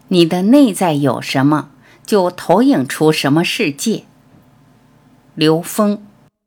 你的内在有什么，就投影出什么世界。刘峰。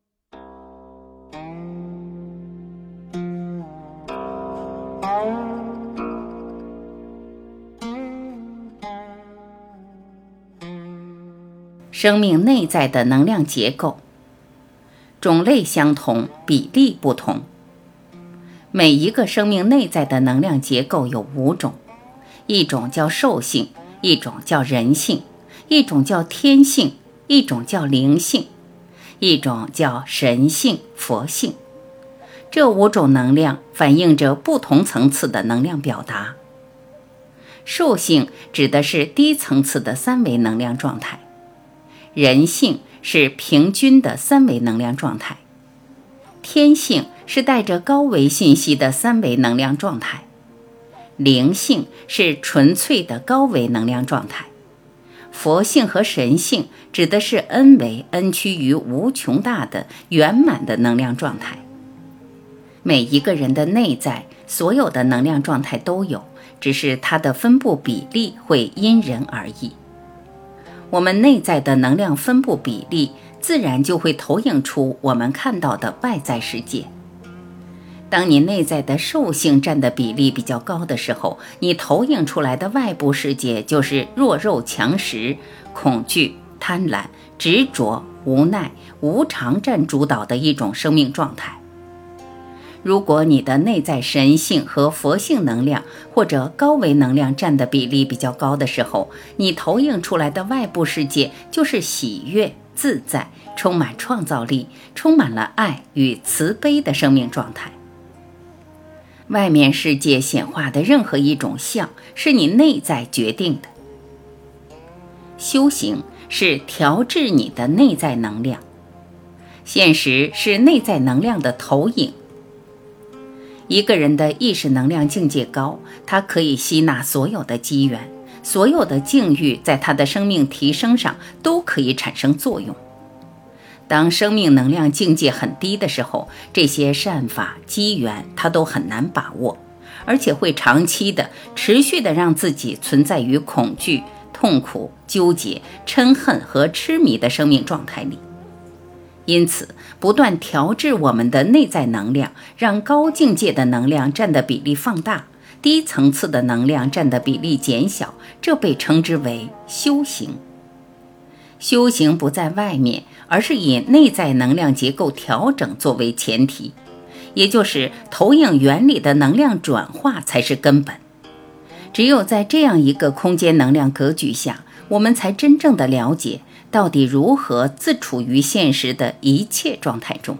生命内在的能量结构，种类相同，比例不同。每一个生命内在的能量结构有5种，一种叫兽性，一种叫人性，一种叫天性，一种叫灵性，一种叫神性、佛性。这5种能量反映着不同层次的能量表达。兽性指的是低层次的3维能量状态，人性是平均的3维能量状态，天性是带着高维信息的3维能量状态，灵性是纯粹的高维能量状态，佛性和神性指的是 N 维 N 趋于无穷大的圆满的能量状态。每一个人的内在所有的能量状态都有，只是它的分布比例会因人而异。我们内在的能量分布比例自然就会投影出我们看到的外在世界。当你内在的兽性占的比例比较高的时候，你投影出来的外部世界就是弱肉强食、恐惧、贪婪、执着、无奈、无常占主导的一种生命状态。如果你的内在神性和佛性能量或者高维能量占的比例比较高的时候，你投影出来的外部世界就是喜悦、自在、充满创造力、充满了爱与慈悲的生命状态。外面世界显化的任何一种相是你内在决定的。修行是调制你的内在能量，现实是内在能量的投影。一个人的意识能量境界高，他可以吸纳所有的机缘，所有的境遇在他的生命提升上都可以产生作用。当生命能量境界很低的时候，这些善法机缘他都很难把握，而且会长期的持续的让自己存在于恐惧、痛苦、纠结、嗔恨和痴迷的生命状态里。因此不断调制我们的内在能量，让高境界的能量占的比例放大，低层次的能量占的比例减小，这被称之为修行。修行不在外面，而是以内在能量结构调整作为前提，也就是投影原理的能量转化才是根本。只有在这样一个空间能量格局下，我们才真正的了解到底如何自处于现实的一切状态中。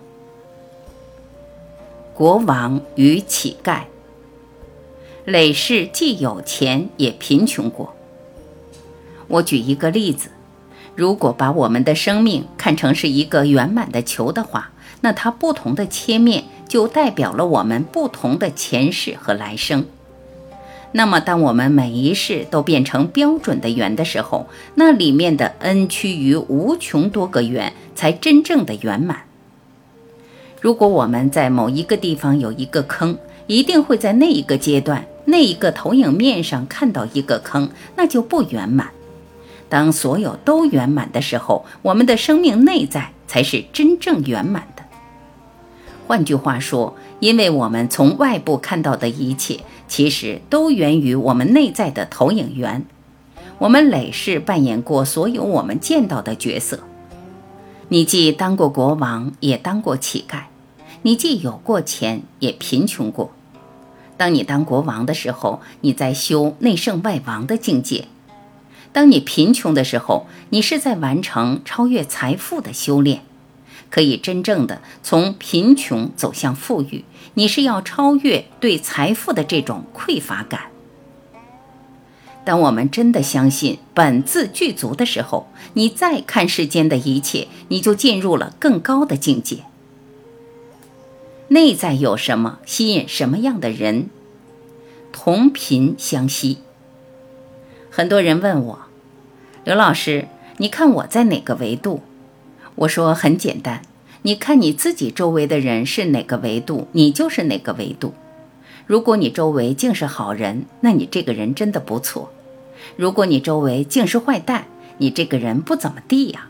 国王与乞丐，累世既有钱也贫穷过。我举一个例子，如果把我们的生命看成是一个圆满的球的话，那它不同的切面就代表了我们不同的前世和来生。那么当我们每一世都变成标准的圆的时候，那里面的 N 趋于无穷多个圆才真正的圆满。如果我们在某一个地方有一个坑，一定会在那一个阶段、那一个投影面上看到一个坑，那就不圆满。当所有都圆满的时候，我们的生命内在才是真正圆满的。换句话说，因为我们从外部看到的一切其实都源于我们内在的投影源。我们累世扮演过所有我们见到的角色。你既当过国王，也当过乞丐；你既有过钱，也贫穷过。当你当国王的时候，你在修内圣外王的境界；当你贫穷的时候，你是在完成超越财富的修炼。可以真正的从贫穷走向富裕，你是要超越对财富的这种匮乏感。当我们真的相信本自具足的时候，你再看世间的一切，你就进入了更高的境界。内在有什么，吸引什么样的人，同频相吸。很多人问我，刘老师，你看我在哪个维度？我说很简单，你看你自己周围的人是哪个维度，你就是哪个维度。如果你周围尽是好人，那你这个人真的不错。 如果你周围竟是坏蛋，你这个人不怎么地呀。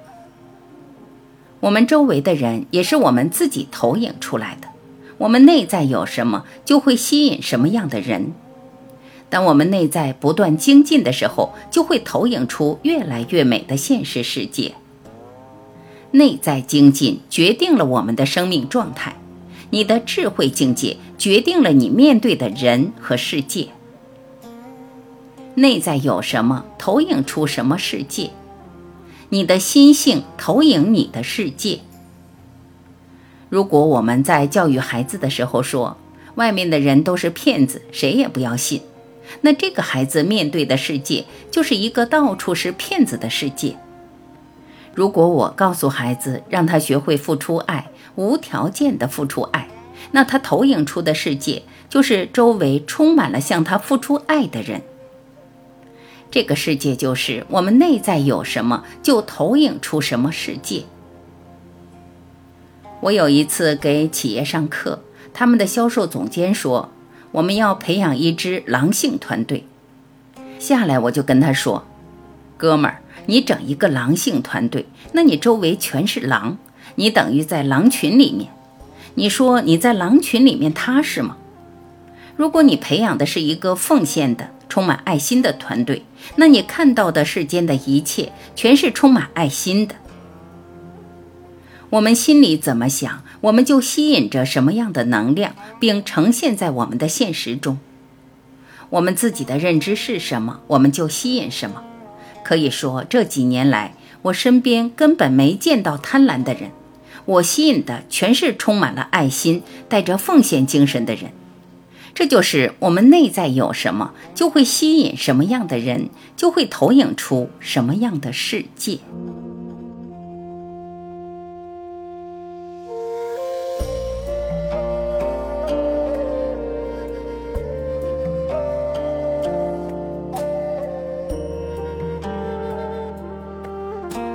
我们周围的人也是我们自己投影出来的，我们内在有什么，就会吸引什么样的人。当我们内在不断精进的时候，就会投影出越来越美的现实世界。内在精进决定了我们的生命状态，你的智慧境界决定了你面对的人和世界。内在有什么，投影出什么世界。你的心性投影你的世界。如果我们在教育孩子的时候说，外面的人都是骗子，谁也不要信，那这个孩子面对的世界就是一个到处是骗子的世界。如果我告诉孩子，让他学会付出爱，无条件的付出爱，那他投影出的世界就是周围充满了向他付出爱的人。这个世界就是我们内在有什么，就投影出什么世界。我有一次给企业上课，他们的销售总监说，我们要培养一支狼性团队。下来我就跟他说，哥们儿，你整一个狼性团队，那你周围全是狼，你等于在狼群里面。你说你在狼群里面踏实吗？如果你培养的是一个奉献的、充满爱心的团队，那你看到的世间的一切全是充满爱心的。我们心里怎么想，我们就吸引着什么样的能量，并呈现在我们的现实中。我们自己的认知是什么，我们就吸引什么。可以说，这几年来，我身边根本没见到贪婪的人，我吸引的全是充满了爱心、带着奉献精神的人。这就是我们内在有什么，就会吸引什么样的人，就会投影出什么样的世界。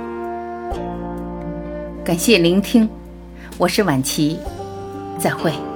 感谢聆听，我是婉琪，再会。